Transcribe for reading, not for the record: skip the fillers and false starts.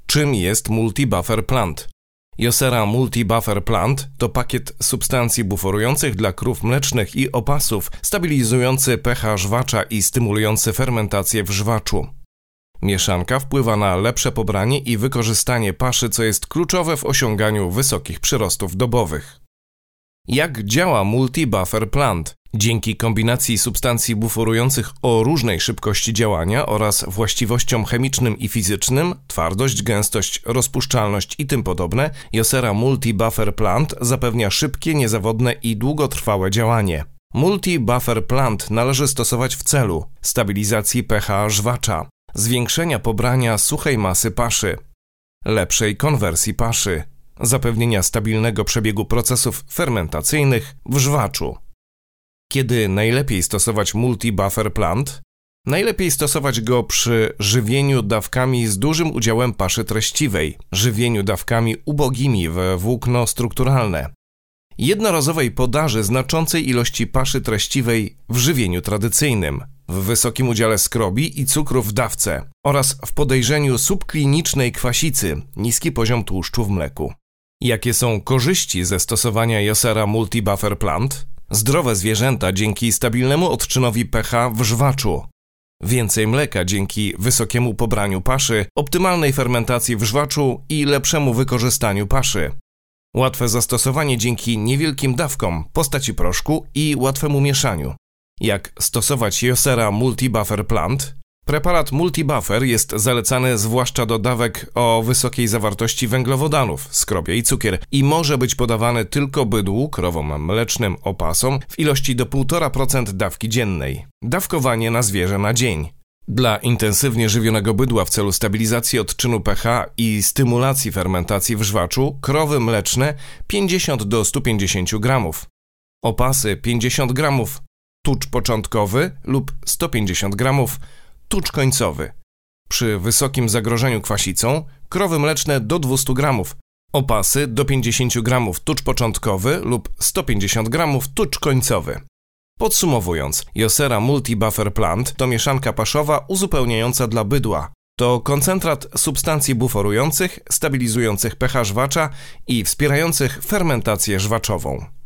Czym jest Multi-Buffer Plant? Josera Multi-Buffer Plant to pakiet substancji buforujących dla krów mlecznych i opasów, stabilizujący pH żwacza i stymulujący fermentację w żwaczu. Mieszanka wpływa na lepsze pobranie i wykorzystanie paszy, co jest kluczowe w osiąganiu wysokich przyrostów dobowych. Jak działa Multi-Buffer Plant? Dzięki kombinacji substancji buforujących o różnej szybkości działania oraz właściwościom chemicznym i fizycznym, twardość, gęstość, rozpuszczalność i tym podobne, Josera Multi-Buffer Plant zapewnia szybkie, niezawodne i długotrwałe działanie. Multi-Buffer Plant należy stosować w celu stabilizacji pH żwacza, zwiększenia pobrania suchej masy paszy, lepszej konwersji paszy, zapewnienia stabilnego przebiegu procesów fermentacyjnych w żwaczu. Kiedy najlepiej stosować Multi-Buffer Plant? Najlepiej stosować go przy żywieniu dawkami z dużym udziałem paszy treściwej, żywieniu dawkami ubogimi we włókno strukturalne, jednorazowej podaży znaczącej ilości paszy treściwej w żywieniu tradycyjnym, w wysokim udziale skrobi i cukru w dawce oraz w podejrzeniu subklinicznej kwasicy, niski poziom tłuszczu w mleku. Jakie są korzyści ze stosowania Josera Multi-Buffer Plant? Zdrowe zwierzęta dzięki stabilnemu odczynowi pH w żwaczu, więcej mleka dzięki wysokiemu pobraniu paszy, optymalnej fermentacji w żwaczu i lepszemu wykorzystaniu paszy. Łatwe zastosowanie dzięki niewielkim dawkom, postaci proszku i łatwemu mieszaniu. Jak stosować Josera Multi-Buffer Plant? Preparat Multi-Buffer jest zalecany zwłaszcza do dawek o wysokiej zawartości węglowodanów, skrobia i cukier i może być podawany tylko bydłu, krowom mlecznym, opasom w ilości do 1,5% dawki dziennej. Dawkowanie na zwierzę na dzień. Dla intensywnie żywionego bydła w celu stabilizacji odczynu pH i stymulacji fermentacji w żwaczu krowy mleczne 50 do 150 gramów, opasy 50 gramów, tucz początkowy lub 150 gramów, tucz końcowy. Przy wysokim zagrożeniu kwasicą krowy mleczne do 200 gramów, opasy do 50 gramów, tucz początkowy lub 150 gramów, tucz końcowy. Podsumowując, Josera Multi-Buffer Plant to mieszanka paszowa uzupełniająca dla bydła. To koncentrat substancji buforujących, stabilizujących pH żwacza i wspierających fermentację żwaczową.